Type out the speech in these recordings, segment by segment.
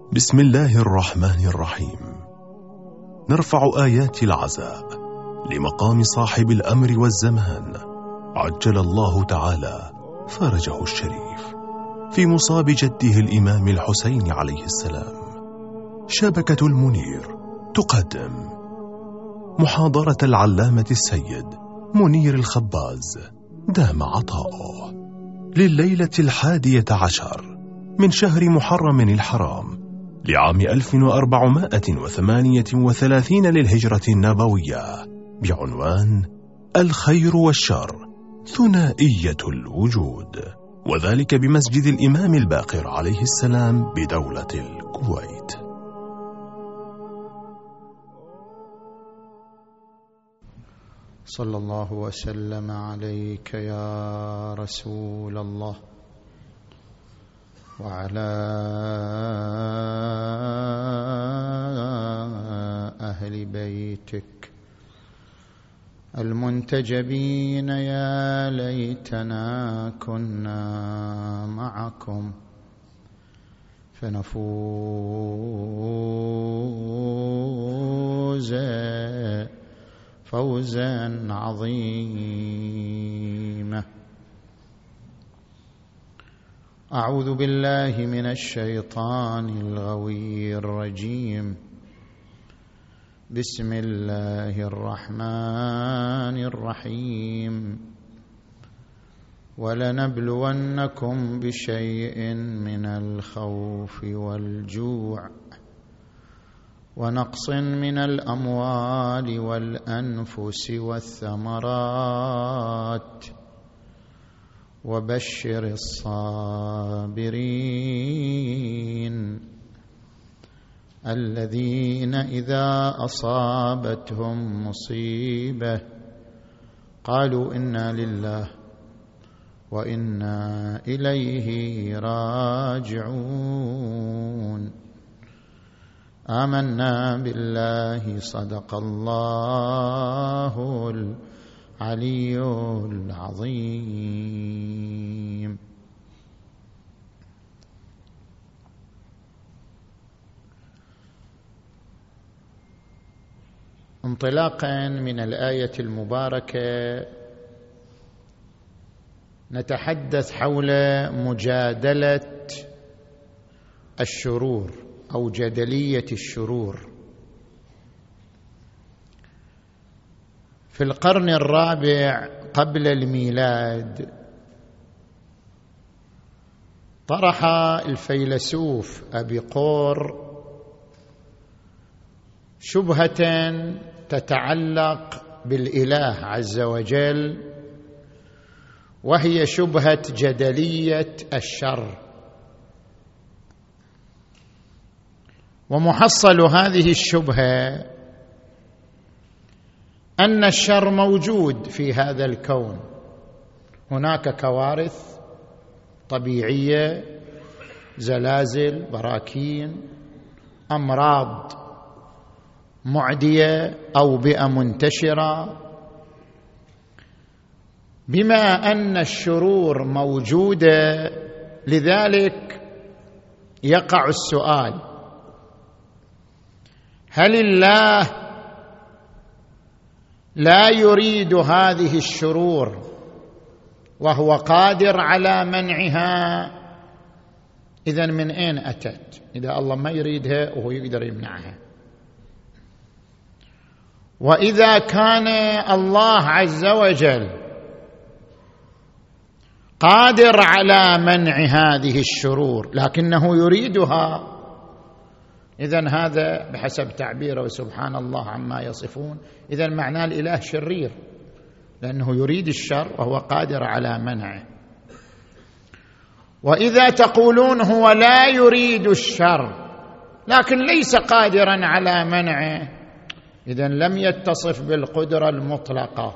بسم الله الرحمن الرحيم. نرفع آيات العزاء لمقام صاحب الأمر والزمان عجل الله تعالى فرجه الشريف في مصاب جده الإمام الحسين عليه السلام. شبكة المنير تقدم محاضرة العلامة السيد منير الخباز دام عطاؤه لليلة 11 من شهر محرم الحرام لعام 1438 للهجرة النبوية، بعنوان الخير والشر ثنائية الوجود، وذلك بمسجد الإمام الباقر عليه السلام بدولة الكويت. صلى الله وسلم عليك يا رسول الله وعلى أهل بيتك المنتجبين. يا ليتنا كنا معكم فنفوز فوزا عظيما. أعوذ بالله من الشيطان الغوي الرجيم. بسم الله الرحمن الرحيم. ولنبلونكم بشيء من الخوف والجوع ونقص من الأموال والأنفس والثمرات وبشر الصابرين الذين إذا أصابتهم مصيبة قالوا إنا لله وإنا إليه راجعون. آمنا بالله صدق الله العلي العظيم. انطلاقا من الآية المباركة نتحدث حول مجادلة الشرور أو جدلية الشرور. في القرن الرابع قبل الميلاد طرح الفيلسوف أبيقور شبهة تتعلق بالإله عز وجل، وهي شبهة جدلية الشر. ومحصل هذه الشبهة أن الشر موجود في هذا الكون. هناك كوارث طبيعية، زلازل، براكين، أمراض معدية، أوبئة منتشرة. بما أن الشرور موجودة، لذلك يقع السؤال: هل الله لا يريد هذه الشرور وهو قادر على منعها؟ إذن من أين أتت إذا الله ما يريدها وهو يقدر يمنعها؟ وإذا كان الله عز وجل قادر على منع هذه الشرور لكنه يريدها، إذن هذا بحسب تعبيره سبحان الله عما يصفون، إذن معناه الإله شرير لأنه يريد الشر وهو قادر على منعه. وإذا تقولون هو لا يريد الشر لكن ليس قادرا على منعه، إذن لم يتصف بالقدرة المطلقة.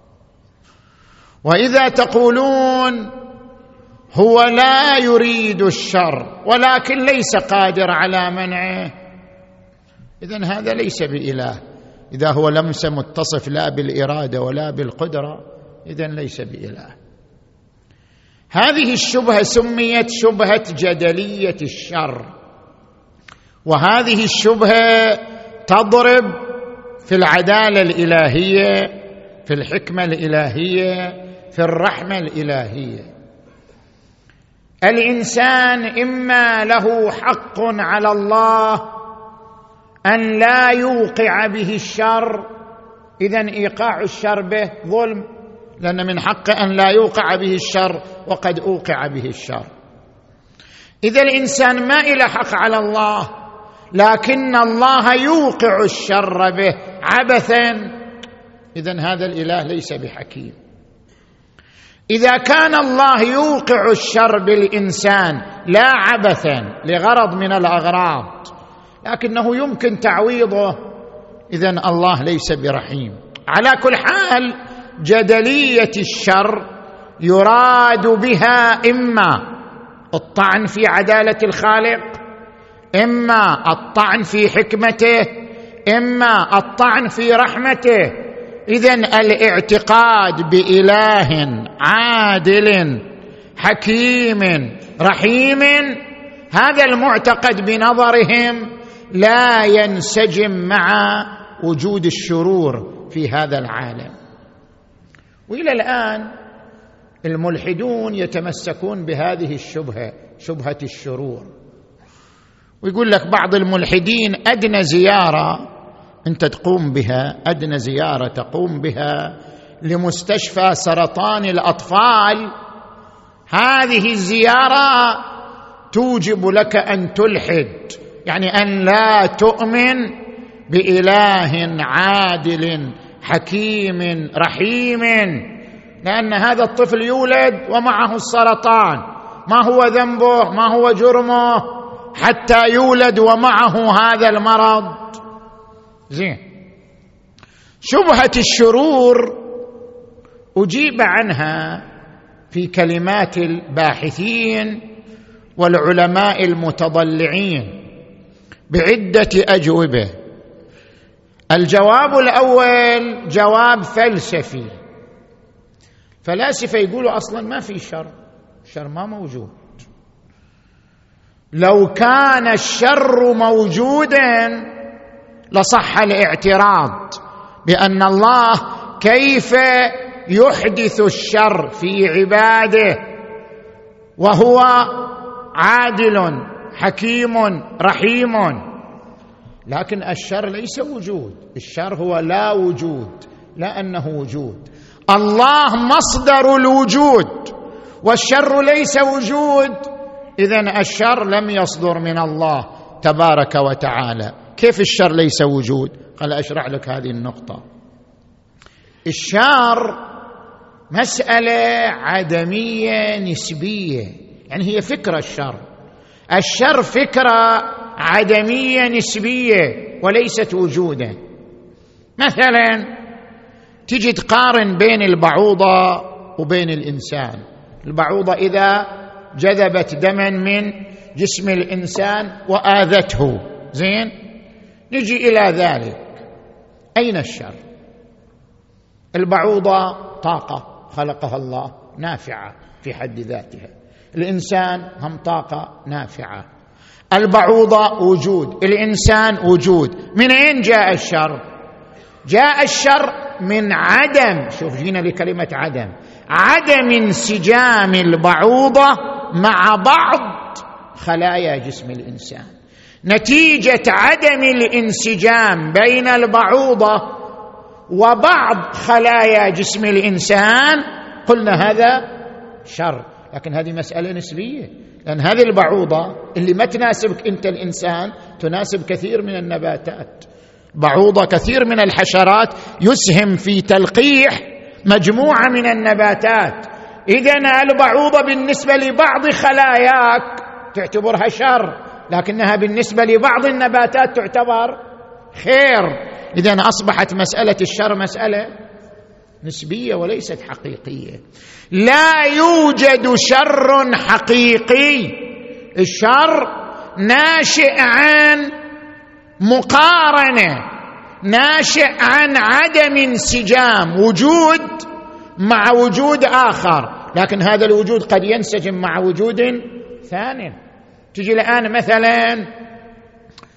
وإذا تقولون هو لا يريد الشر ولكن ليس قادر على منعه، إذن هذا ليس بإله. إذا هو لم متصف لا بالإرادة ولا بالقدرة، إذن ليس بإله. هذه الشبهة سميت شبهة جدلية الشر، وهذه الشبهة تضرب في العدالة الإلهية، في الحكمة الإلهية، في الرحمة الإلهية. الإنسان إما له حق على الله أن لا يوقع به الشر، إذن إيقاع الشر به ظلم، لأن من حقه أن لا يوقع به الشر وقد أوقع به الشر. إذا الإنسان ما إله حق على الله، لكن الله يوقع الشر به عبثا، إذن هذا الإله ليس بحكيم. إذا كان الله يوقع الشر بالإنسان لا عبثا لغرض من الأغراض لكنه يمكن تعويضه، إذن الله ليس برحيم. على كل حال جدلية الشر يراد بها إما الطعن في عدالة الخالق، إما الطعن في حكمته، إما الطعن في رحمته. إذن الاعتقاد بإله عادل حكيم رحيم، هذا المعتقد بنظرهم لا ينسجم مع وجود الشرور في هذا العالم. وإلى الآن الملحدون يتمسكون بهذه الشبهة، شبهة الشرور. ويقول لك بعض الملحدين أدنى زيارة أنت تقوم بها، أدنى زيارة تقوم بها لمستشفى سرطان الأطفال، هذه الزيارة توجب لك أن تلحد، يعني أن لا تؤمن بإله عادل حكيم رحيم، لأن هذا الطفل يولد ومعه السرطان، ما هو ذنبه، ما هو جرمه حتى يولد ومعه هذا المرض. زين، شبهة الشرور أجيب عنها في كلمات الباحثين والعلماء المتضلعين بعدة أجوبة. الجواب الأول جواب فلسفي، فلاسفة يقولوا أصلا ما في شر، الشر ما موجود. لو كان الشر موجودا لصح الاعتراض بأن الله كيف يحدث الشر في عباده وهو عادل حكيم رحيم. لكن الشر ليس وجود، الشر هو لا وجود، لا أنه وجود. الله مصدر الوجود والشر ليس وجود، إذن الشر لم يصدر من الله تبارك وتعالى. كيف الشر ليس وجود؟ قال أشرح لك هذه النقطة. الشر مسألة عدمية نسبية، يعني هي فكرة الشر فكرة عدمية نسبية وليست وجودا. مثلا تجي تقارن بين البعوضة وبين الإنسان. البعوضة إذا جذبت دما من جسم الإنسان وآذته، زين، نجي إلى ذلك، أين الشر؟ البعوضة طاقة خلقها الله نافعة في حد ذاتها، الإنسان هم طاقة نافعة. البعوضة وجود، الإنسان وجود. من أين جاء الشر؟ جاء الشر من عدم، شوف جينا لكلمة عدم انسجام البعوضة مع بعض خلايا جسم الإنسان. نتيجة عدم الانسجام بين البعوضة وبعض خلايا جسم الإنسان قلنا هذا شر. لكن هذه مسألة نسبية، لأن هذه البعوضة اللي ما تناسبك أنت الإنسان تناسب كثير من النباتات. بعوضة كثير من الحشرات يسهم في تلقيح مجموعة من النباتات. إذن البعوضة بالنسبة لبعض خلاياك تعتبرها شر، لكنها بالنسبة لبعض النباتات تعتبر خير. إذن أصبحت مسألة الشر مسألة نسبية وليست حقيقية. لا يوجد شر حقيقي، الشر ناشئ عن مقارنة، ناشئ عن عدم انسجام وجود مع وجود آخر، لكن هذا الوجود قد ينسجم مع وجود ثاني. تجي الآن مثلا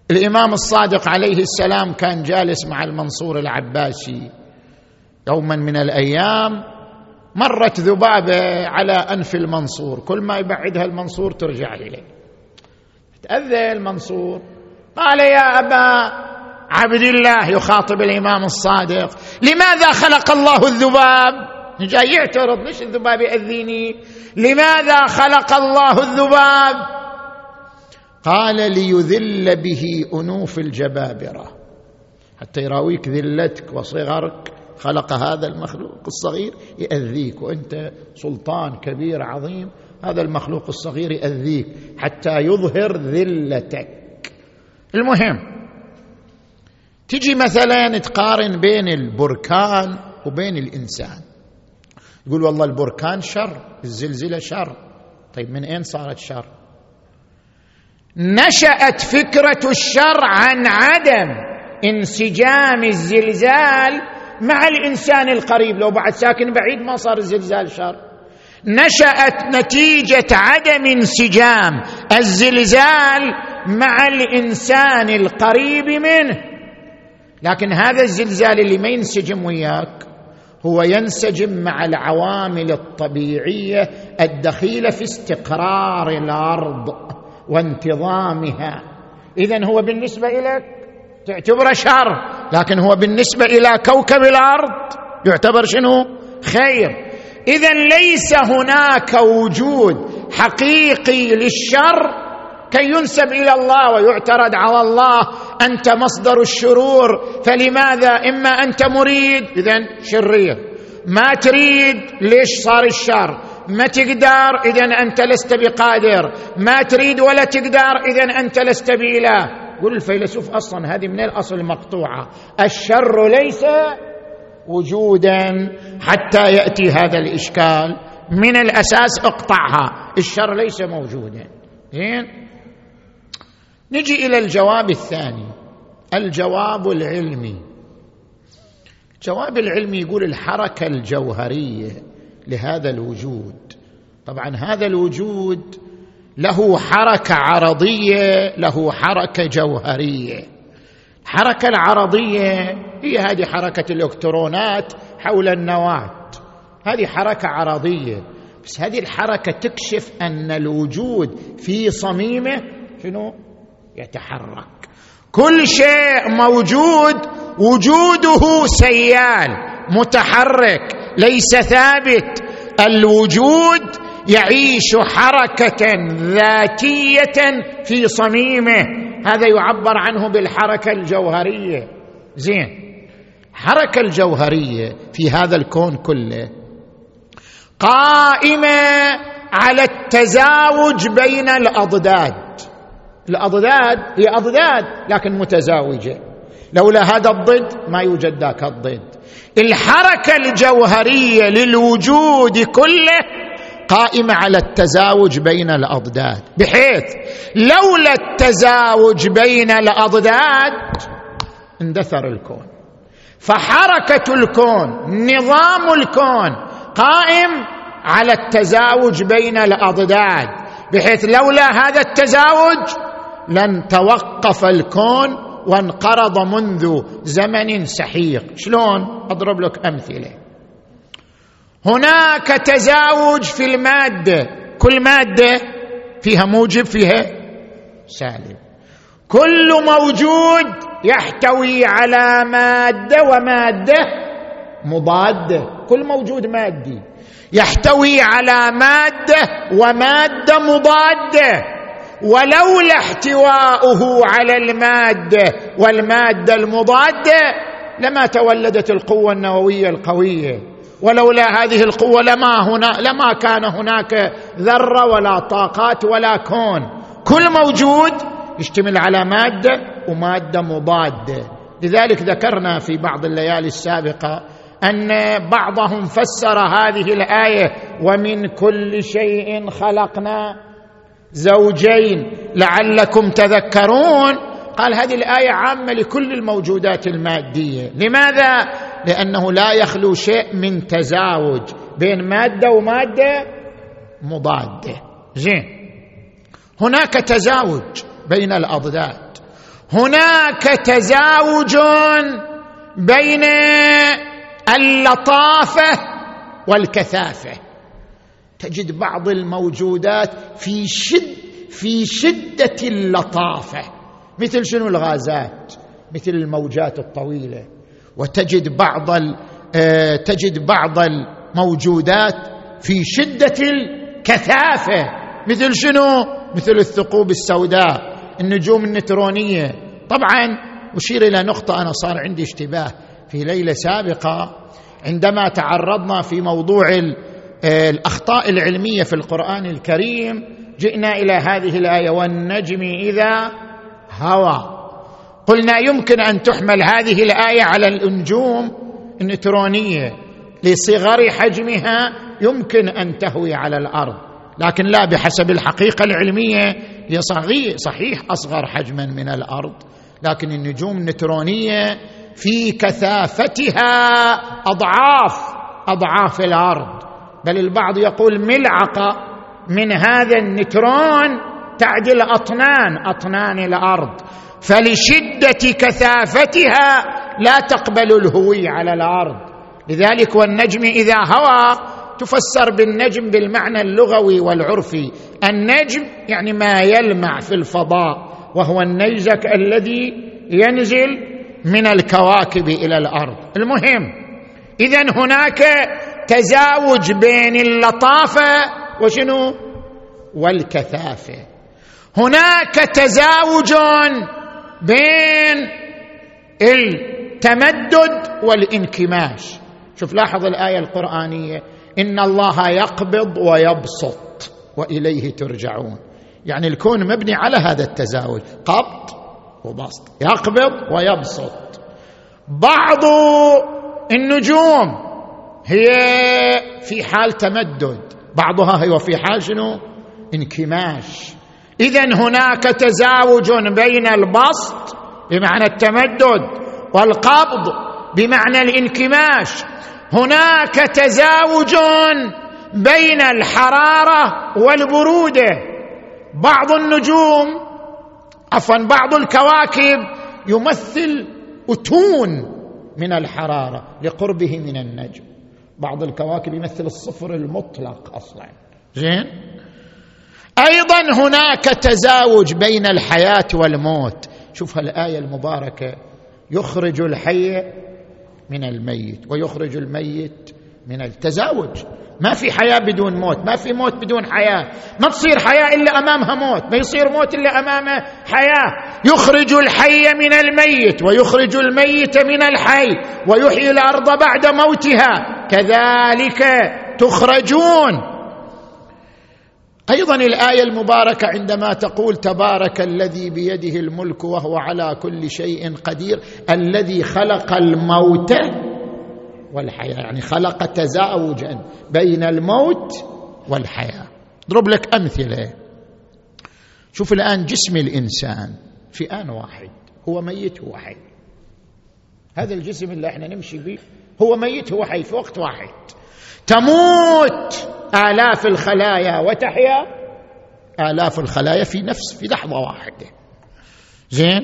الإمام الصادق عليه السلام كان جالس مع المنصور العباسي يوما من الأيام، مرت ذبابة على أنف المنصور، كل ما يبعدها المنصور ترجع إليه، تأذى المنصور، قال يا أبا عبد الله، يخاطب الإمام الصادق، لماذا خلق الله الذباب؟ جاي يعترض، ليش الذباب يأذيني؟ لماذا خلق الله الذباب؟ قال ليذل به أنوف الجبابرة، حتى يراويك ذلتك وصغرك، خلق هذا المخلوق الصغير يأذيك، وأنت سلطان كبير عظيم، هذا المخلوق الصغير يأذيك حتى يظهر ذلتك. المهم تجي مثلا تقارن بين البركان وبين الإنسان، يقول والله البركان شر، الزلزلة شر. طيب من أين صارت شر؟ نشأت فكرة الشر عن عدم انسجام الزلزال مع الإنسان القريب، لو بعد ساكن بعيد ما صار الزلزال شر. نشأت نتيجة عدم انسجام الزلزال مع الإنسان القريب منه. لكن هذا الزلزال اللي ما ينسجم وياك هو ينسجم مع العوامل الطبيعية الدخيلة في استقرار الأرض وانتظامها، إذن هو بالنسبة إليك تعتبره شر، لكن هو بالنسبة إلى كوكب الأرض يعتبر شنو؟ خير. إذن ليس هناك وجود حقيقي للشر كي ينسب إلى الله ويعترض على الله، أنت مصدر الشرور، فلماذا؟ إما أنت مريد إذن شرير، ما تريد ليش صار الشر، ما تقدر إذن أنت لست بقادر، ما تريد ولا تقدر إذن أنت لست بإله. يقول الفيلسوف أصلا هذه من الأصل مقطوعة، الشر ليس وجودا حتى يأتي هذا الإشكال، من الأساس اقطعها، الشر ليس موجودا. زين، نجي إلى الجواب الثاني، الجواب العلمي. الجواب العلمي يقول الحركة الجوهرية لهذا الوجود، طبعا هذا الوجود له حركة عرضية، له حركة جوهرية. الحركة العرضية هي هذه حركة الإلكترونات حول النواة، هذه حركة عرضية، بس هذه الحركة تكشف أن الوجود في صميمه شنو؟ يتحرك. كل شيء موجود وجوده سيال متحرك ليس ثابت، الوجود يعيش حركة ذاتية في صميمه، هذا يعبر عنه بالحركة الجوهرية. زين، الحركة الجوهرية في هذا الكون كله قائمة على التزاوج بين الأضداد. الأضداد هي أضداد لكن متزاوجة، لولا هذا الضد ما يوجد ذاك الضد. الحركة الجوهرية للوجود كله قائمة على التزاوج بين الأضداد، بحيث لولا التزاوج بين الأضداد اندثر الكون. فحركة الكون، نظام الكون قائم على التزاوج بين الأضداد، بحيث لولا هذا التزاوج لن توقف الكون وانقرض منذ زمن سحيق. شلون؟ أضرب لك أمثلة. هناك تزاوج في المادة، كل مادة فيها موجب فيها سالب، كل موجود يحتوي على مادة ومادة مضادة، كل موجود مادي يحتوي على مادة ومادة مضادة، ولولا احتواؤه على المادة والمادة المضادة لما تولدت القوة النووية القوية، ولولا هذه القوة لما كان هناك ذرة ولا طاقات ولا كون. كل موجود يشتمل على مادة ومادة مضادة. لذلك ذكرنا في بعض الليالي السابقة أن بعضهم فسر هذه الآية ومن كل شيء خلقنا زوجين لعلكم تذكرون، قال هذه الآية عامة لكل الموجودات المادية. لماذا؟ لأنه لا يخلو شيء من تزاوج بين مادة ومادة مضادة. زين، هناك تزاوج بين الأضداد، هناك تزاوج بين اللطافة والكثافة. تجد بعض الموجودات في شدة اللطافة، مثل شنو؟ الغازات، مثل الموجات الطويلة. وتجد بعض الموجودات في شدة الكثافة، مثل شنو؟ مثل الثقوب السوداء، النجوم النيوترونية. طبعا أشير إلى نقطة، أنا صار عندي اشتباه في ليلة سابقة عندما تعرضنا في موضوع الأخطاء العلمية في القرآن الكريم، جئنا إلى هذه الآية والنجم إذا هوى. قلنا يمكن أن تحمل هذه الآية على النجوم النيوترونية لصغر حجمها، يمكن أن تهوي على الأرض، لكن لا، بحسب الحقيقة العلمية هي صحيح أصغر حجما من الأرض، لكن النجوم النيوترونية في كثافتها أضعاف الأرض، بل البعض يقول ملعقة من هذا النيوترون تعدل أطنان الأرض، فلشدة كثافتها لا تقبل الهوي على الأرض. لذلك والنجم إذا هوى تفسر بالنجم بالمعنى اللغوي والعرفي. النجم يعني ما يلمع في الفضاء، وهو النيزك الذي ينزل من الكواكب إلى الأرض. المهم، إذن هناك تزاوج بين اللطافة وشنو؟ والكثافة. هناك تزاوج بين التمدد والانكماش. شوف، لاحظ الآية القرآنية: إن الله يقبض ويبسط وإليه ترجعون. يعني الكون مبني على هذا التزاوج، قبض وبسط، يقبض ويبسط. بعض النجوم هي في حال تمدد، بعضها هو في حال شنو؟ انكماش. إذن هناك تزاوج بين البسط بمعنى التمدد والقبض بمعنى الانكماش. هناك تزاوج بين الحرارة والبرودة. بعض الكواكب يمثل أتون من الحرارة لقربه من النجم، بعض الكواكب يمثل الصفر المطلق أصلا. زين؟ أيضا هناك تزاوج بين الحياة والموت. شوف الآية المباركة: يخرج الحي من الميت ويخرج الميت من التزاوج. ما في حياة بدون موت، ما في موت بدون حياة، ما تصير حياة إلا أمامها موت، ما يصير موت إلا أمامه حياة. يخرج الحي من الميت ويخرج الميت من الحي ويحيي الأرض بعد موتها كذلك تخرجون. أيضا الآية المباركة عندما تقول: تبارك الذي بيده الملك وهو على كل شيء قدير الذي خلق الموت والحياة، يعني خلق تزاوجا بين الموت والحياة. اضرب لك أمثلة. شوف الآن جسم الإنسان في آن واحد هو ميت هو حي. هذا الجسم اللي احنا نمشي به هو ميت هو حي في وقت واحد. تموت آلاف الخلايا وتحيا آلاف الخلايا في لحظة واحدة. زين؟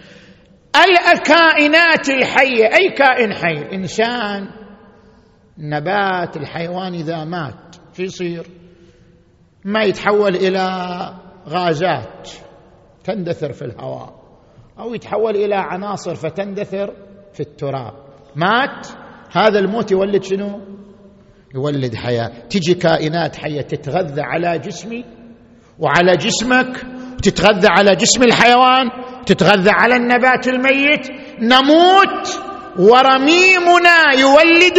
الكائنات الحية، أي كائن حي، الإنسان، النبات، الحيوان، إذا مات شو يصير؟ ما يتحول إلى غازات تندثر في الهواء، أو يتحول إلى عناصر فتندثر في التراب. مات، هذا الموت يولد شنو؟ يولد حياة. تجي كائنات حية تتغذى على جسمي وعلى جسمك، وتتغذى على جسم الحيوان، تتغذى على النبات الميت. نموت ورميمنا يولد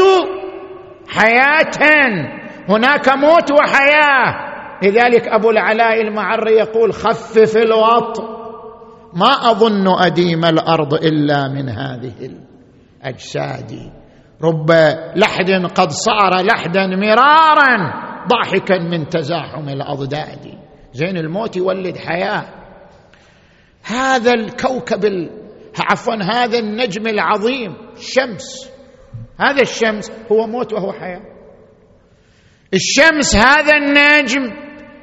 حياة. هناك موت وحياة. لذلك أبو العلاء المعري يقول: خفف الوطء، ما أظن أديم الأرض إلا من هذه الأجساد، رب لحد قد صار لحدا مرارا ضاحكا من تزاحم الأضداد. زين؟ الموت يولد حياة. هذا الكوكب هذا النجم العظيم الشمس، هذا الشمس هو موت وهو حياة. الشمس هذا النجم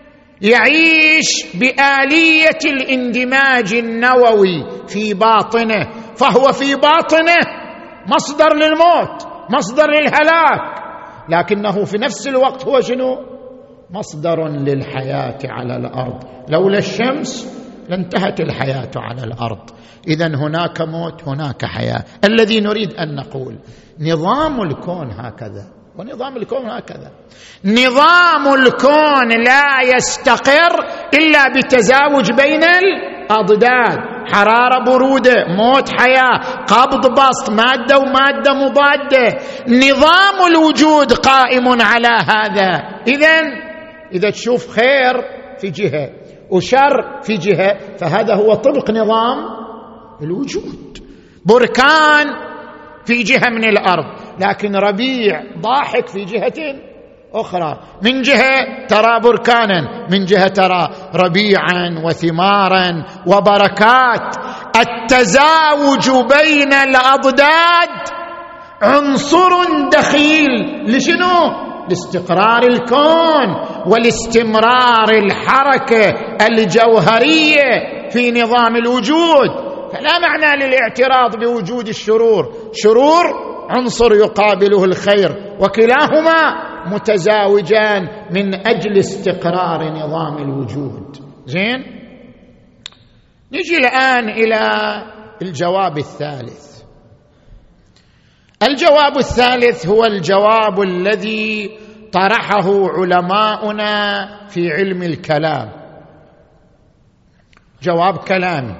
يعيش بآلية الاندماج النووي في باطنه، فهو في باطنه مصدر للموت، مصدر للهلاك، لكنه في نفس الوقت هو شنو؟ مصدر للحياة على الأرض. لولا الشمس لانتهت الحياة على الأرض. إذن هناك موت، هناك حياة. الذي نريد أن نقول نظام الكون هكذا، ونظام الكون هكذا. نظام الكون لا يستقر إلا بتزاوج بين الأضداد، حرارة برودة، موت حياة، قبض بسط، مادة ومادة مضادة. نظام الوجود قائم على هذا. إذا تشوف خير في جهة وشر في جهة، فهذا هو طبق نظام الوجود. بركان في جهة من الأرض، لكن ربيع ضاحك في جهة أخرى. من جهة ترى بركانا، من جهة ترى ربيعا وثمارا وبركات. التزاوج بين الأضداد عنصر دخيل لشنو؟ لاستقرار الكون ولاستمرار الحركة الجوهرية في نظام الوجود. فلا معنى للاعتراض بوجود الشرور. شرور عنصر يقابله الخير، وكلاهما متزاوجان من أجل استقرار نظام الوجود. زين، نجي الآن إلى الجواب الثالث. الجواب الثالث هو الجواب الذي طرحه علماؤنا في علم الكلام. جواب كلامي.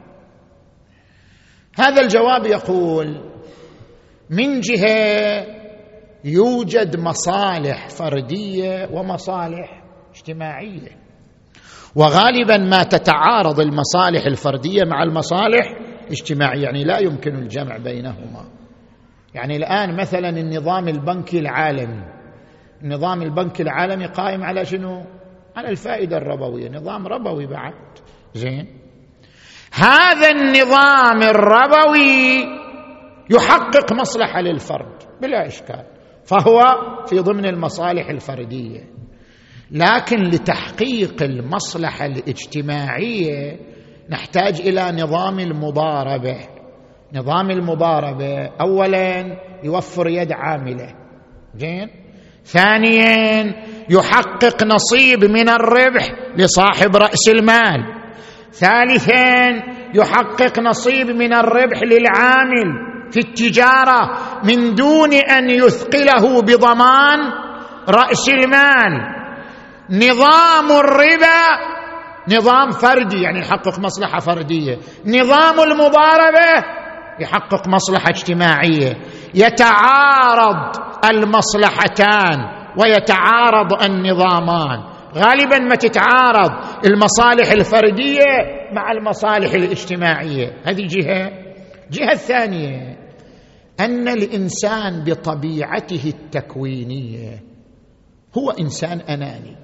هذا الجواب يقول: من جهة يوجد مصالح فردية ومصالح اجتماعية، وغالبا ما تتعارض المصالح الفردية مع المصالح الاجتماعية، يعني لا يمكن الجمع بينهما. يعني الآن مثلا النظام البنكي العالمي، النظام البنكي العالمي قائم على شنو؟ على الفائدة الربوية، نظام ربوي بعد. زين، هذا النظام الربوي يحقق مصلحة للفرد بلا إشكال، فهو في ضمن المصالح الفردية. لكن لتحقيق المصلحة الاجتماعية نحتاج إلى نظام المضاربة. نظام المضاربة أولا يوفر يد عاملة، زين. ثانيا يحقق نصيب من الربح لصاحب رأس المال. ثالثا يحقق نصيب من الربح للعامل في التجارة من دون أن يثقله بضمان رأس المال. نظام الربا نظام فردي، يعني يحقق مصلحة فردية. نظام المضاربة يحقق مصلحة اجتماعية. يتعارض المصلحتان ويتعارض النظامان. غالبا ما تتعارض المصالح الفردية مع المصالح الاجتماعية. هذه جهة الثانية أن الإنسان بطبيعته التكوينية هو إنسان أناني.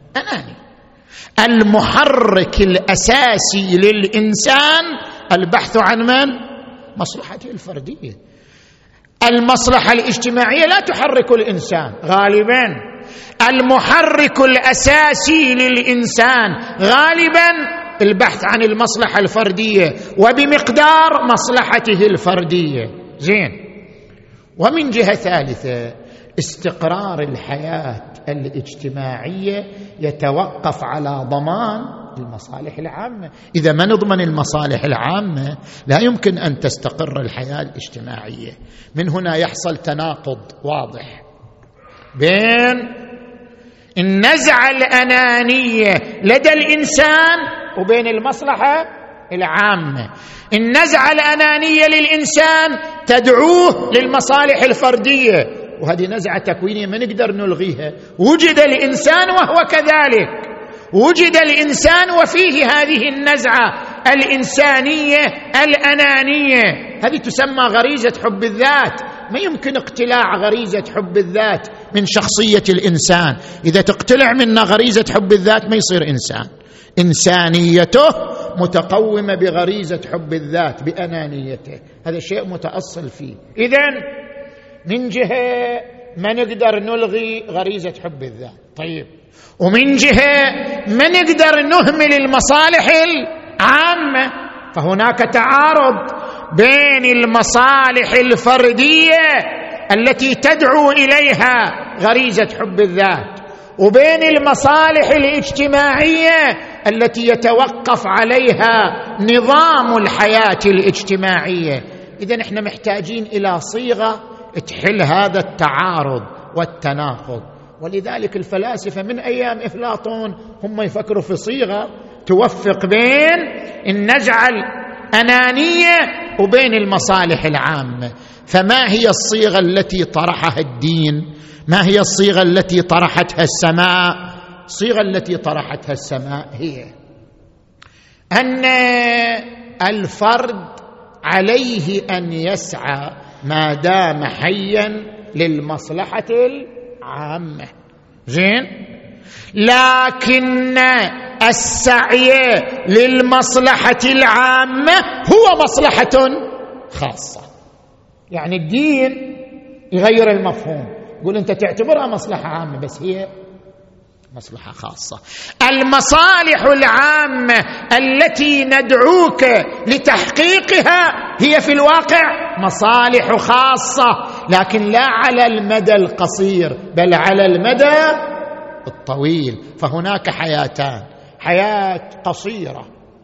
المحرك الأساسي للإنسان البحث عن من؟ مصلحته الفردية. المصلحة الاجتماعية لا تحرك الإنسان غالبا. المحرك الأساسي للإنسان غالبا البحث عن المصلحة الفردية وبمقدار مصلحته الفردية. زين. ومن جهة ثالثة استقرار الحياة الاجتماعية يتوقف على ضمان المصالح العامة. إذا ما نضمن المصالح العامة لا يمكن أن تستقر الحياة الاجتماعية. من هنا يحصل تناقض واضح بين النزعة الأنانية لدى الإنسان وبين المصلحة العامة. النزعة الأنانية للإنسان تدعوه للمصالح الفردية، وهذه نزعة تكوينية ما نقدر نلغيها. وجد الإنسان وهو كذلك، وجد الإنسان وفيه هذه النزعة الإنسانية الأنانية. هذه تسمى غريزة حب الذات. ما يمكن اقتلاع غريزة حب الذات من شخصية الإنسان. إذا تقتلع منا غريزة حب الذات ما يصير إنسان. إنسانيته متقومة بغريزة حب الذات بأنانيته. هذا شيء متأصل فيه. إذن من جهة ما نقدر نلغي غريزة حب الذات. طيب، ومن جهة ما نقدر نهمل المصالح العامة، فهناك تعارض بين المصالح الفردية التي تدعو إليها غريزة حب الذات وبين المصالح الاجتماعية التي يتوقف عليها نظام الحياة الاجتماعية. إذن احنا محتاجين إلى صيغة تحل هذا التعارض والتناقض، ولذلك الفلاسفة من أيام أفلاطون هم يفكروا في صيغة توفق بين النزعة الأنانية وبين المصالح العامة. فما هي الصيغة التي طرحها الدين؟ ما هي الصيغة التي طرحتها السماء؟ الصيغة التي طرحتها السماء هي أن الفرد عليه أن يسعى ما دام حيا للمصلحة العامة، زين، لكن السعي للمصلحة العامة هو مصلحة خاصة. يعني الدين يغير المفهوم، يقول أنت تعتبرها مصلحة عامة بس هي مصلحة خاصة. المصالح العامة التي ندعوك لتحقيقها هي في الواقع مصالح خاصة، لكن لا على المدى القصير بل على المدى الطويل. فهناك حياتان، حياة قصيرة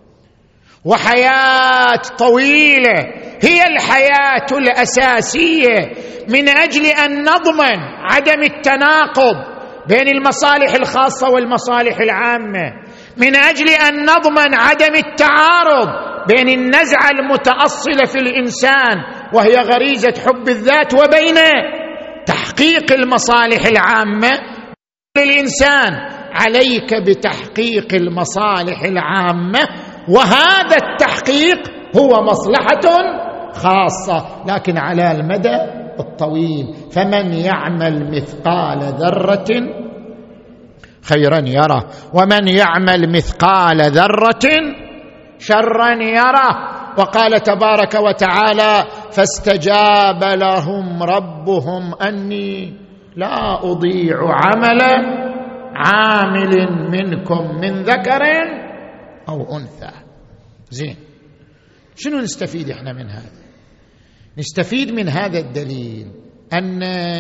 وحياة طويلة. هي الحياة الأساسية من أجل أن نضمن عدم التناقض بين المصالح الخاصة والمصالح العامة، من أجل أن نضمن عدم التعارض بين النزعة المتأصلة في الإنسان وهي غريزة حب الذات وبين تحقيق المصالح العامة للإنسان. عليك بتحقيق المصالح العامة، وهذا التحقيق هو مصلحة خاصة لكن على المدى الطويل. فمن يعمل مثقال ذرة خيرا يره ومن يعمل مثقال ذرة شرا يره. وقال تبارك وتعالى فاستجاب لهم ربهم أني لا أضيع عمل عامل منكم من ذكر أو أنثى. زين، شنو نستفيد احنا من هذا؟ نستفيد من هذا الدليل أن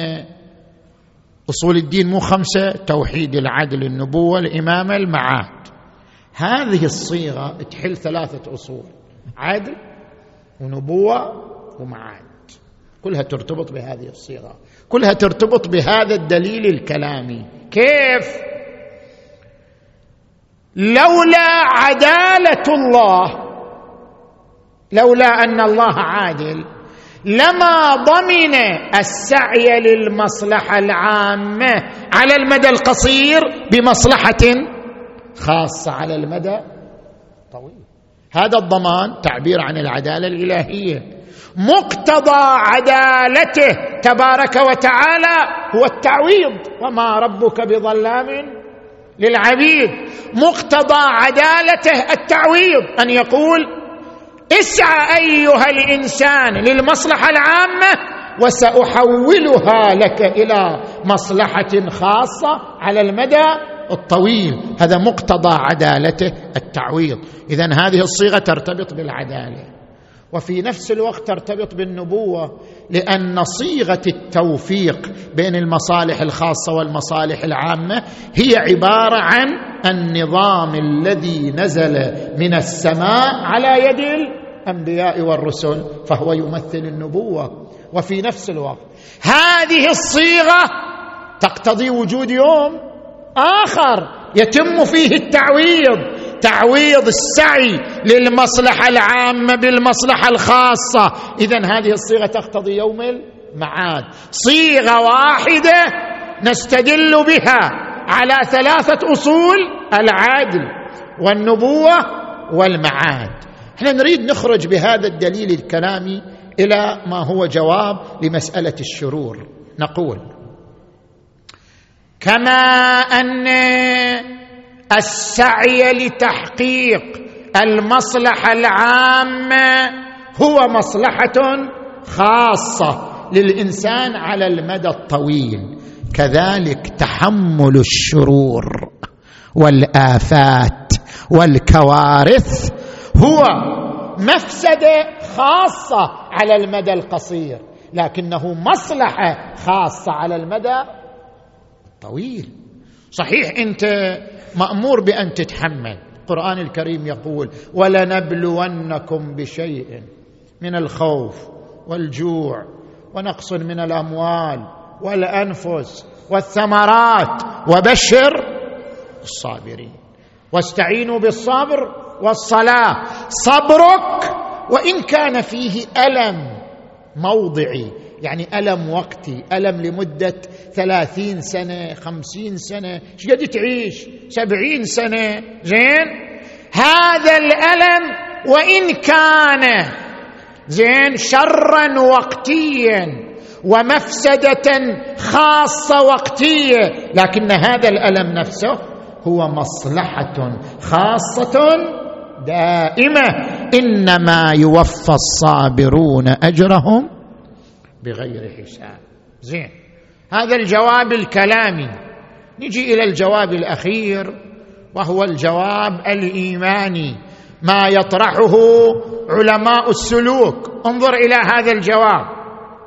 أصول الدين مو 5: توحيد، العدل، النبوة، الإمامة، المعاد. هذه الصيغة تحل 3 أصول: عدل ونبوة ومعاد، كلها ترتبط بهذه الصيغة، كلها ترتبط بهذا الدليل الكلامي. كيف؟ لولا عدالة الله، لولا أن الله عادل، لما ضمن السعي للمصلحة العامة على المدى القصير بمصلحة خاصة على المدى الطويل. هذا الضمان تعبير عن العدالة الإلهية. مقتضى عدالته تبارك وتعالى هو التعويض، وما ربك بظلام للعبيد. مقتضى عدالته التعويض، أن يقول اسعى أيها الإنسان للمصلحة العامة وسأحولها لك إلى مصلحة خاصة على المدى الطويل. هذا مقتضى عدالته التعويض. إذن هذه الصيغة ترتبط بالعدالة وفي نفس الوقت ترتبط بالنبوة، لأن صيغة التوفيق بين المصالح الخاصة والمصالح العامة هي عبارة عن النظام الذي نزل من السماء على يد الأنبياء والرسل، فهو يمثل النبوة. وفي نفس الوقت هذه الصيغة تقتضي وجود يوم آخر يتم فيه التعويض، تعويض السعي للمصلحة العامة بالمصلحة الخاصة. إذن هذه الصيغة تقتضي يوم المعاد. صيغة واحدة نستدل بها على 3 أصول: العدل والنبوة والمعاد. احنا نريد نخرج بهذا الدليل الكلامي إلى ما هو جواب لمسألة الشرور. نقول كما أن السعي لتحقيق المصلحة العامة هو مصلحة خاصة للإنسان على المدى الطويل، كذلك تحمل الشرور والآفات والكوارث هو مفسدة خاصة على المدى القصير، لكنه مصلحة خاصة على المدى الطويل. صحيح أنت مأمور بأن تتحمل، القرآن الكريم يقول: ولنبلونكم بشيء من الخوف والجوع ونقص من الأموال والأنفس والثمرات وبشر الصابرين واستعينوا بالصبر والصلاة. صبرك وإن كان فيه ألم موضعي، يعني ألم وقتي، ألم لمدة 30 سنة 50 سنة، ايش قد تعيش 70 سنة، زين، هذا الألم وإن كان زين شرا وقتيا ومفسدة خاصة وقتية، لكن هذا الألم نفسه هو مصلحة خاصة دائمة. إنما يوفى الصابرون أجرهم بغير حساب. زين، هذا الجواب الكلامي. نجي إلى الجواب الأخير وهو الجواب الإيماني، ما يطرحه علماء السلوك. انظر إلى هذا الجواب: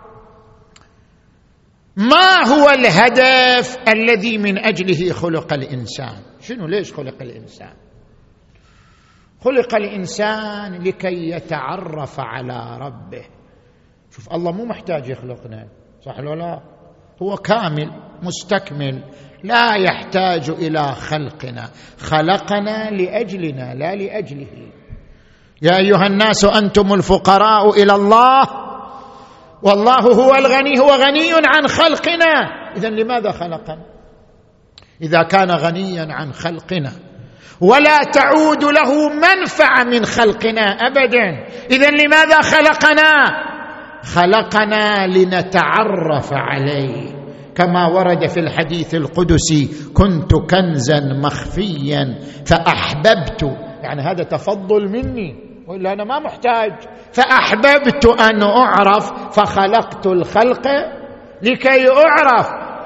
ما هو الهدف الذي من أجله خلق الإنسان؟ شنو؟ ليش خلق الإنسان؟ خلق الإنسان لكي يتعرف على ربه. شوف، الله مو محتاج يخلقنا، صح ولا لا؟ هو كامل مستكمل، لا يحتاج إلى خلقنا، خلقنا لأجلنا لا لأجله. يا أيها الناس أنتم الفقراء إلى الله والله هو الغني، هو غني عن خلقنا. إذن لماذا خلقنا إذا كان غنيا عن خلقنا؟ ولا تعود له منفعة من خلقنا أبدا. إذن لماذا خلقنا؟ خلقنا لنتعرف عليه، كما ورد في الحديث القدسي: كنت كنزا مخفيا فأحببت، يعني هذا تفضل مني وإلا أنا ما محتاج، فأحببت أن أعرف فخلقت الخلق لكي أعرف.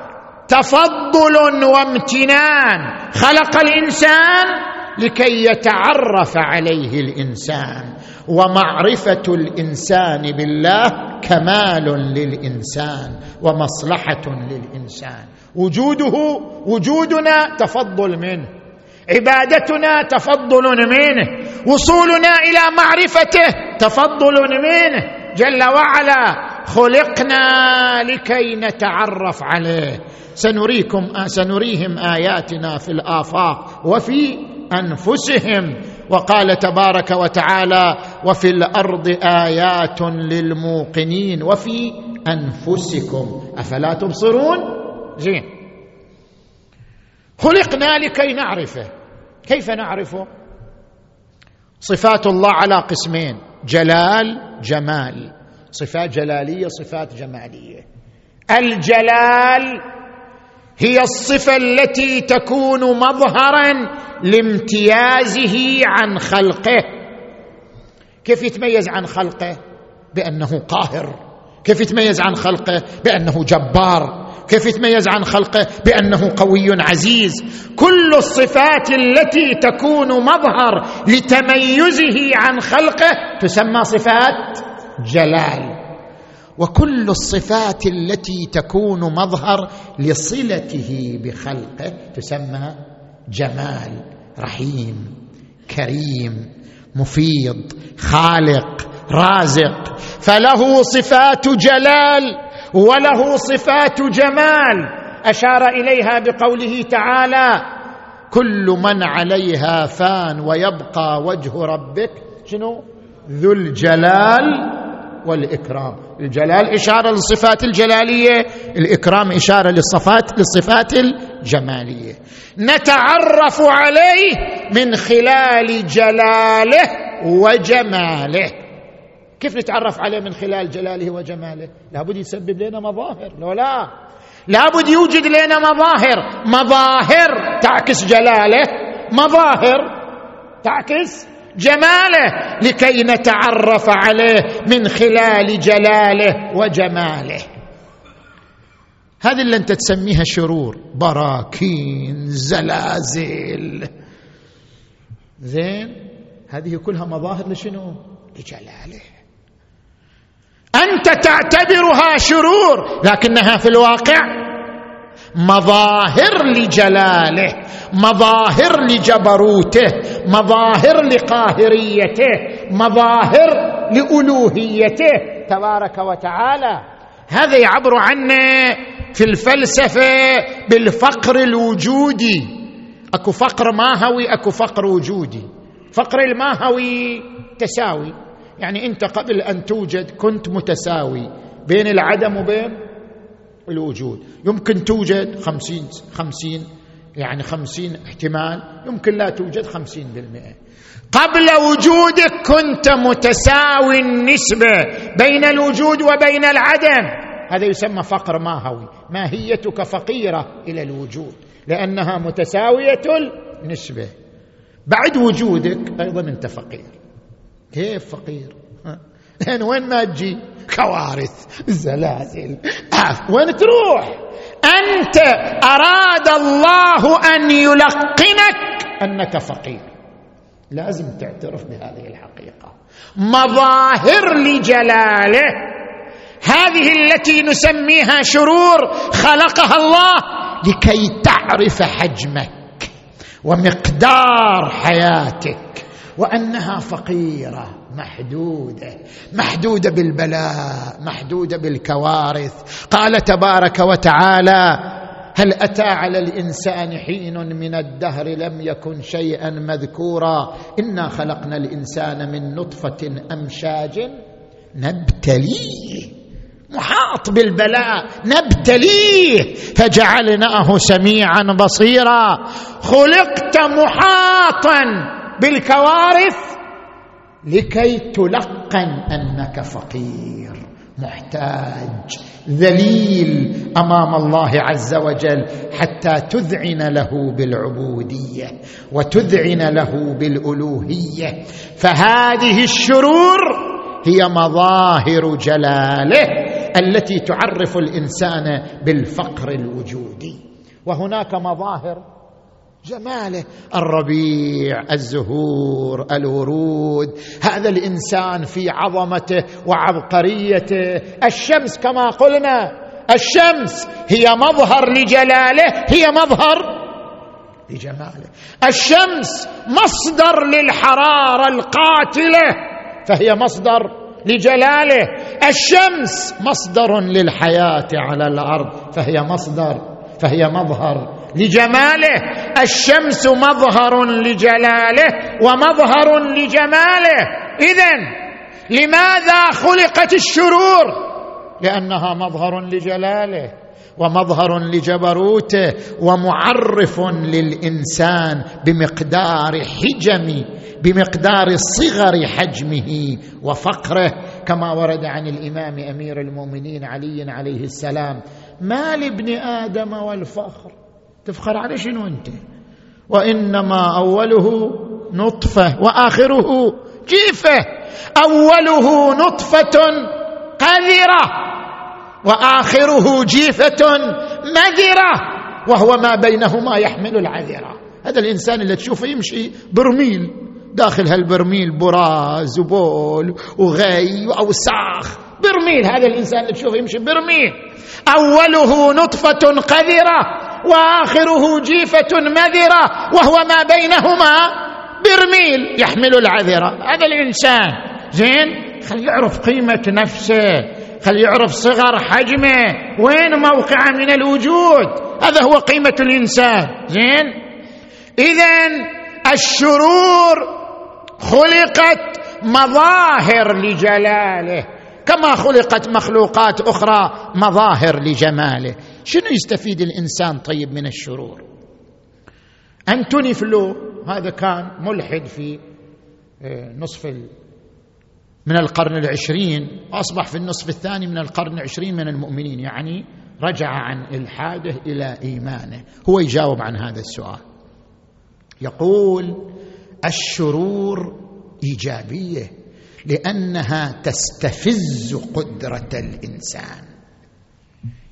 تفضل وامتنان. خلق الإنسان لكي يتعرف عليه الإنسان، ومعرفة الإنسان بالله كمال للإنسان ومصلحة للإنسان. وجودنا تفضل منه، عبادتنا تفضل منه، وصولنا إلى معرفته تفضل منه جل وعلا. خلقنا لكي نتعرف عليه. سنريهم آياتنا في الآفاق وفي أنفسهم. وقال تبارك وتعالى: وفي الأرض آيات للموقنين وفي أنفسكم أفلا تبصرون. زين، خلقنا لكي نعرفه. كيف نعرفه؟ صفات الله على قسمين: جلال، جمال. صفات جلالية، صفات جمالية. الجلال هي الصفة التي تكون مظهرا لامتيازه عن خلقه. كيف يتميز عن خلقه؟ بأنه قاهر. كيف يتميز عن خلقه؟ بأنه جبار. كيف يتميز عن خلقه؟ بأنه قوي عزيز. كل الصفات التي تكون مظهر لتميزه عن خلقه تسمى صفات جلال، وكل الصفات التي تكون مظهر لصلته بخلقه تسمى جمال. رحيم، كريم، مفيض، خالق، رازق. فله صفات جلال وله صفات جمال، أشار إليها بقوله تعالى: كل من عليها فان ويبقى وجه ربك شنو؟ ذو الجلال والإكرام. الجلال إشارة للصفات الجلالية، الإكرام إشارة للصفات الجمالية. نتعرف عليه من خلال جلاله وجماله. كيف نتعرف عليه من خلال جلاله وجماله؟ لابد يسبب لنا مظاهر، لا لابد يوجد لنا مظاهر تعكس جلاله، مظاهر تعكس جماله، لكي نتعرف عليه من خلال جلاله وجماله. هذه اللي أنت تسميها شرور، براكين، زلازل، زين، هذه كلها مظاهر لشنو؟ لجلاله. أنت تعتبرها شرور لكنها في الواقع مظاهر لجلاله، مظاهر لجبروته، مظاهر لقاهريته، مظاهر لألوهيته تبارك وتعالى. هذا يعبر عنه في الفلسفة بالفقر الوجودي. أكو فقر ماهوي، أكو فقر وجودي. فقر الماهوي تساوي، يعني أنت قبل أن توجد كنت متساوي بين العدم وبين الوجود. يمكن توجد 50 يعني 50 احتمال، يمكن لا توجد 50%. قبل وجودك كنت متساوي النسبة بين الوجود وبين العدم. هذا يسمى فقر ماهوي. ماهيتك فقيرة إلى الوجود لأنها متساوية النسبة. بعد وجودك أيضا أنت فقير. كيف فقير؟ لأن وين ما تجي كوارث، زلازل، وين تروح؟ أنت أراد الله أن يلقنك أنك فقير، لازم تعترف بهذه الحقيقة. مظاهر لجلاله هذه التي نسميها شرور خلقها الله لكي تعرف حجمك ومقدار حياتك، وأنها فقيرة، محدودة بالبلاء، محدودة بالكوارث. قال تبارك وتعالى: هل أتى على الإنسان حين من الدهر لم يكن شيئا مذكورا إنا خلقنا الإنسان من نطفة أمشاج نبتليه، محاط بالبلاء، نبتليه فجعلناه سميعا بصيرا. خلقت محاطا بالكوارث لكي تلقن أنك فقير، محتاج، ذليل أمام الله عز وجل، حتى تذعن له بالعبودية وتذعن له بالألوهية. فهذه الشرور هي مظاهر جلاله التي تعرف الإنسان بالفقر الوجودي. وهناك مظاهر جماله: الربيع، الزهور، الورود. هذا الإنسان في عظمته وعبقريته. الشمس كما قلنا، الشمس هي مظهر لجلاله، هي مظهر لجماله. الشمس مصدر للحرارة القاتلة فهي مصدر لجلاله. الشمس مصدر للحياة على الأرض فهي مظهر لجماله. الشمس مظهر لجلاله ومظهر لجماله. إذن لماذا خلقت الشرور؟ لأنها مظهر لجلاله ومظهر لجبروته ومعرف للإنسان بمقدار صغر حجمه وفقره، كما ورد عن الإمام أمير المؤمنين علي عليه السلام: ما لابن آدم والفخر، تفخر على شنو أنت؟ وإنما أوله نطفة وآخره جيفة. أوله نطفة قذرة وآخره جيفة مذرة، وهو ما بينهما يحمل العذرة. هذا الإنسان اللي تشوفه يمشي برميل، داخل هالبرميل براز وبول وغي وأوساخ، برميل. هذا الإنسان اللي تشوفه يمشي برميل. أوله نطفة قذرة وآخره جيفة مذرة، وهو ما بينهما برميل يحمل العذرة. هذا الإنسان زين، خلي يعرف قيمة نفسه، خلي يعرف صغر حجمه، وين موقعه من الوجود. هذا هو قيمة الإنسان. زين، إذن الشرور خلقت مظاهر لجلاله كما خلقت مخلوقات أخرى مظاهر لجماله. شنو يستفيد الإنسان طيب من الشرور؟ أنتوني فلو هذا كان ملحد في نصف من القرن العشرين، وأصبح في النصف الثاني من القرن العشرين من المؤمنين، يعني رجع عن إلحاده إلى إيمانه. هو يجاوب عن هذا السؤال، يقول: الشرور إيجابية لأنها تستفز قدرة الإنسان.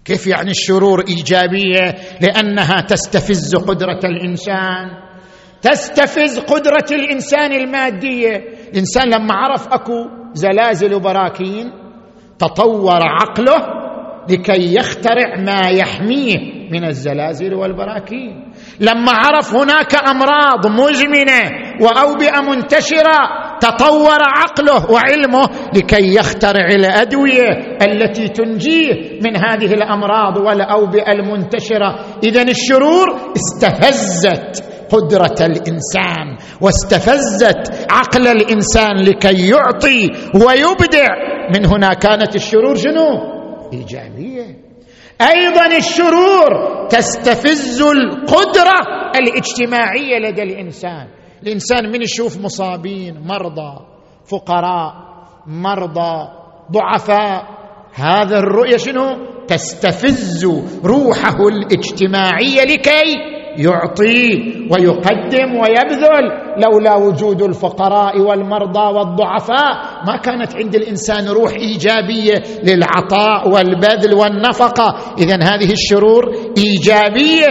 كيف يعني الشرور إيجابية؟ لأنها تستفز قدرة الإنسان، تستفز قدرة الإنسان المادية. الإنسان لما عرف أكو زلازل وبراكين تطور عقله لكي يخترع ما يحميه من الزلازل والبراكين. لما عرف هناك أمراض مزمنة وأوبئة منتشرة تطور عقله وعلمه لكي يخترع الأدوية التي تنجيه من هذه الأمراض والأوبئة المنتشرة. إذن الشرور استفزت قدرة الإنسان واستفزت عقل الإنسان لكي يعطي ويبدع. من هنا كانت الشرور شنو؟ إيجابية. أيضا الشرور تستفز القدرة الاجتماعية لدى الإنسان. الإنسان من يشوف مصابين، مرضى، فقراء، مرضى، ضعفاء، هذا الرؤية شنو؟ تستفز روحه الاجتماعية لكي يعطي ويقدم ويبذل. لولا وجود الفقراء والمرضى والضعفاء ما كانت عند الإنسان روح إيجابية للعطاء والبذل والنفقة. إذن هذه الشرور إيجابية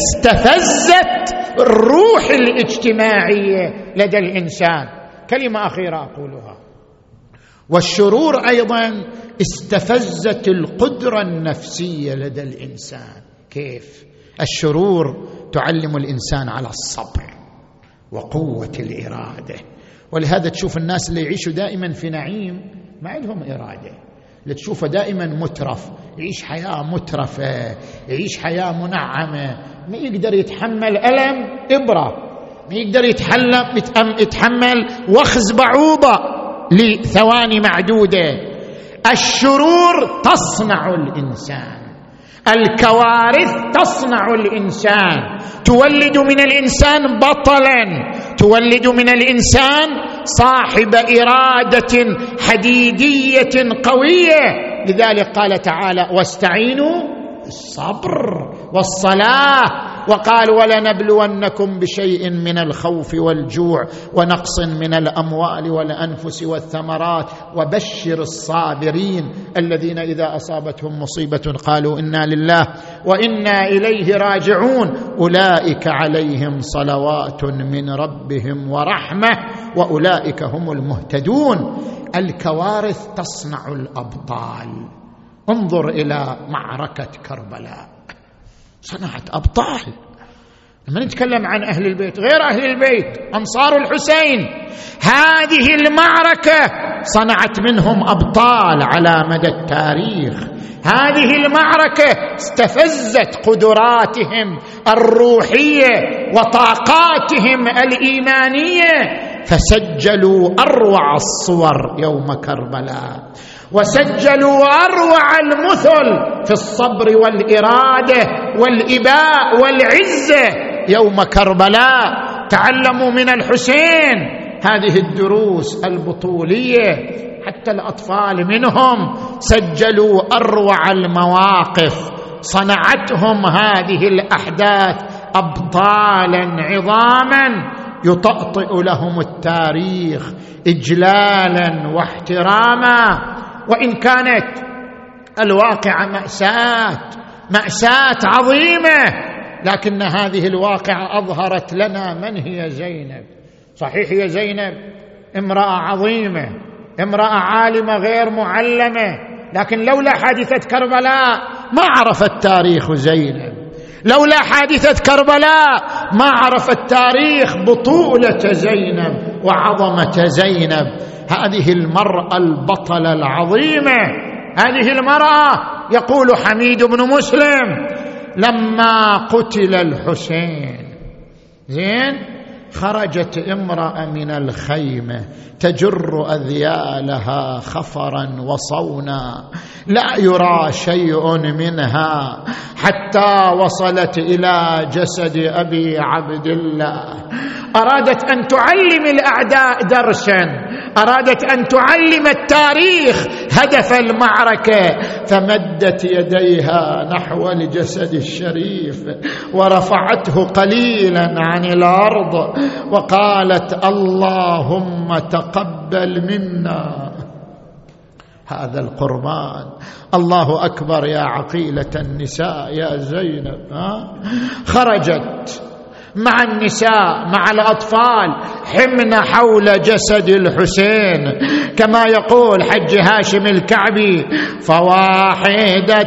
استفزت الروح الاجتماعية لدى الإنسان. كلمة أخيرة أقولها: والشرور أيضا استفزت القدرة النفسية لدى الإنسان. كيف؟ الشرور تعلم الإنسان على الصبر وقوة الإرادة. ولهذا تشوف الناس اللي يعيشوا دائما في نعيم ما عندهم إرادة، اللي تشوفه دائما مترف، يعيش حياة مترفة، يعيش حياة منعمة، ما يقدر يتحمل ألم إبرة، ما يقدر يتحمل وخز بعوضة لثواني معدودة. الشرور تصنع الإنسان، الكوارث تصنع الإنسان، تولد من الإنسان بطلا، تولد من الإنسان صاحب إرادة حديدية قوية. لذلك قال تعالى: واستعينوا بالصبر والصلاة. وقال: ولنبلونكم بشيء من الخوف والجوع ونقص من الأموال والأنفس والثمرات وبشر الصابرين الذين إذا أصابتهم مصيبة قالوا إنا لله وإنا إليه راجعون أولئك عليهم صلوات من ربهم ورحمة وأولئك هم المهتدون. الكوارث تصنع الأبطال. انظر إلى معركة كربلاء، صنعت أبطال. لما نتكلم عن أهل البيت، غير أهل البيت، أنصار الحسين، هذه المعركة صنعت منهم أبطال على مدى التاريخ. هذه المعركة استفزت قدراتهم الروحية وطاقاتهم الإيمانية، فسجلوا أروع الصور يوم كربلاء، وسجلوا أروع المثل في الصبر والإرادة والإباء والعزة يوم كربلاء. تعلموا من الحسين هذه الدروس البطولية، حتى الأطفال منهم سجلوا أروع المواقف، صنعتهم هذه الأحداث أبطالا عظاما يطأطئ لهم التاريخ إجلالا واحتراما. وإن كانت الواقعة مأساة عظيمة، لكن هذه الواقعة أظهرت لنا من هي زينب. صحيح هي زينب امرأة عظيمة، امرأة عالمة غير معلمة، لكن لولا حادثة كربلاء ما عرف التاريخ زينب، لولا حادثة كربلاء ما عرف التاريخ بطولة زينب وعظمة زينب. هذه المرأة البطلة العظيمة، هذه المرأة يقول حميد بن مسلم: لما قتل الحسين خرجت امرأة من الخيمة تجر أذيالها خفرا وصونا لا يرى شيء منها حتى وصلت إلى جسد أبي عبد الله. أرادت أن تعلم الأعداء درسا، أرادت أن تعلم التاريخ هدف المعركة، فمدت يديها نحو الجسد الشريف ورفعته قليلا عن الأرض وقالت: اللهم تقبل منا هذا القربان. الله أكبر يا عقيلة النساء يا زينب. خرجت مع النساء مع الأطفال حمن حول جسد الحسين، كما يقول حج هاشم الكعبي: فواحدة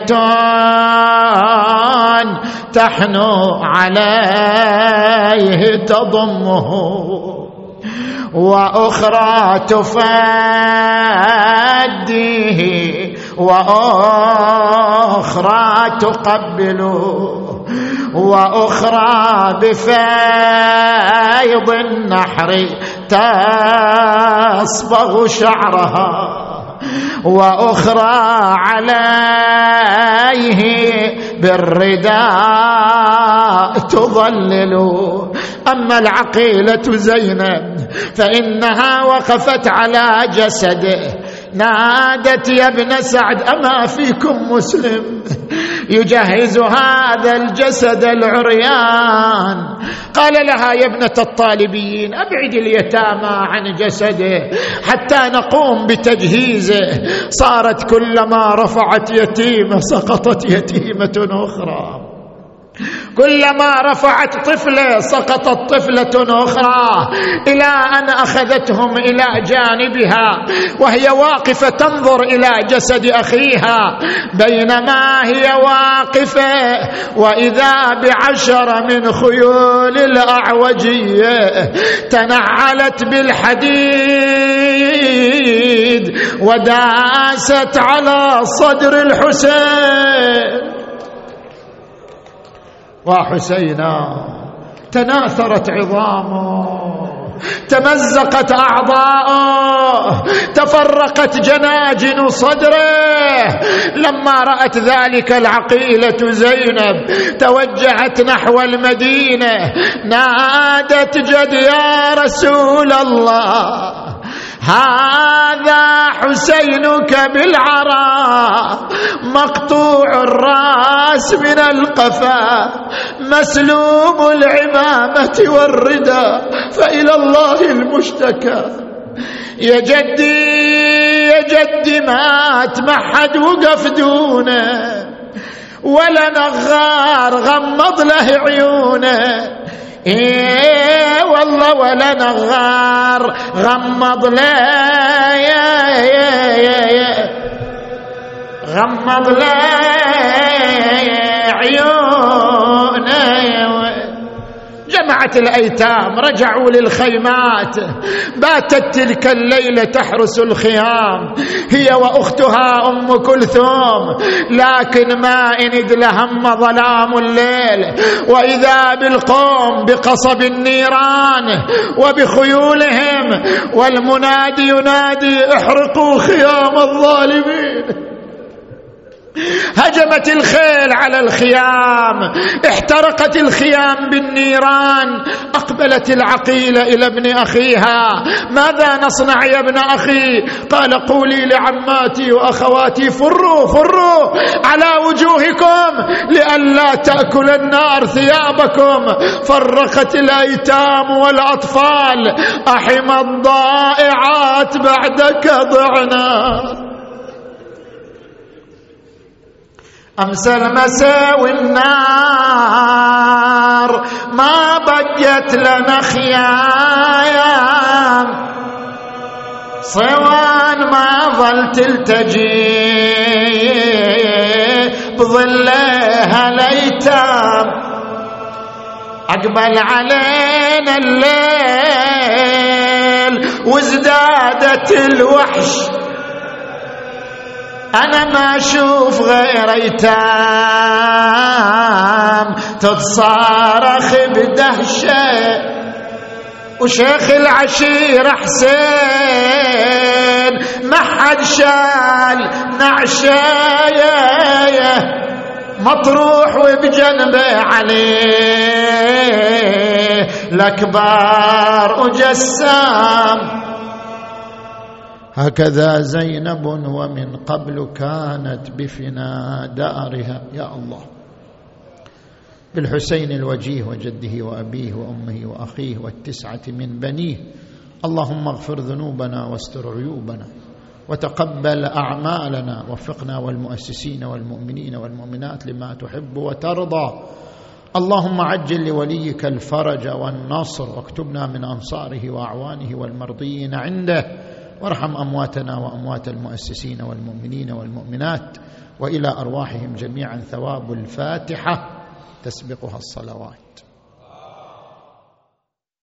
تحنو عليه تضمه، وأخرى تفاديه، وأخرى تقبله، وأخرى بفيض النحر تصبغ شعرها، وأخرى عليه بالرداء تظلل. أما العقيلة زينب فإنها وقفت على جسده، نادت: يا ابن سعد أما فيكم مسلم يجهز هذا الجسد العريان؟ قال لها: يا ابنة الطالبين أبعد اليتامى عن جسده حتى نقوم بتجهيزه. صارت كلما رفعت يتيمة سقطت يتيمة أخرى، كلما رفعت طفلة سقطت طفلة أخرى، إلى أن أخذتهم إلى جانبها وهي واقفة تنظر إلى جسد أخيها. بينما هي واقفة وإذا بعشر من خيول الأعوجية تنعلت بالحديد وداست على صدر الحسين. وحسينا تناثرت عظامه، تمزقت أعضاؤه، تفرقت جناجن صدره. لما رأت ذلك العقيلة زينب توجهت نحو المدينة، نادت: جد يا رسول الله، هذا حسينك بالعراء مقطوع الرأس من القفا مسلوب العمامة والرداء، فإلى الله المشتكى. يا جدي يا جدي مات ما حد وقف دونه، ولا نغار غمض له عيونه. إيه والله ولا نغار غمض له غمض له عيونه. جمعت الأيتام رجعوا للخيمات، باتت تلك الليلة تحرس الخيام هي وأختها أم كلثوم، لكن ما إند لهم ظلام الليل، وإذا بالقوم بقصب النيران وبخيولهم، والمنادي ينادي: احرقوا خيام الظالمين. هجمت الخيل على الخيام، احترقت الخيام بالنيران. أقبلت العقيلة إلى ابن أخيها: ماذا نصنع يا ابن أخي؟ قال: قولي لعماتي وأخواتي: فروا فروا على وجوهكم لئلا تأكل النار ثيابكم. فرقت الأيتام والأطفال: أحم الضائعات بعدك ضعنا. أمسى المساء والنار ما بقيت لنا خيام، صوان ما ظل تلتجي بظلها الأيتام. أقبل علينا الليل وازدادت الوحش، أنا ما أشوف غير أيتام تتصارخ بدهشة، وشيخ العشيرة حسين ما حد شال نعشاية، مطروح وبجنبه عليه الأكبر وجسام. هكذا زينب ومن قبل كانت بفنا دارها. يا الله، بالحسين الوجيه وجده وأبيه وأمه وأخيه والتسعة من بنيه، اللهم اغفر ذنوبنا واستر عيوبنا وتقبل أعمالنا، وفقنا والمؤسسين والمؤمنين والمؤمنات لما تحب وترضى. اللهم عجل لوليك الفرج والنصر، واكتبنا من أنصاره وأعوانه والمرضيين عنده، وارحم أمواتنا وأموات المؤسسين والمؤمنين والمؤمنات، وإلى أرواحهم جميعا ثواب الفاتحة تسبقها الصلوات.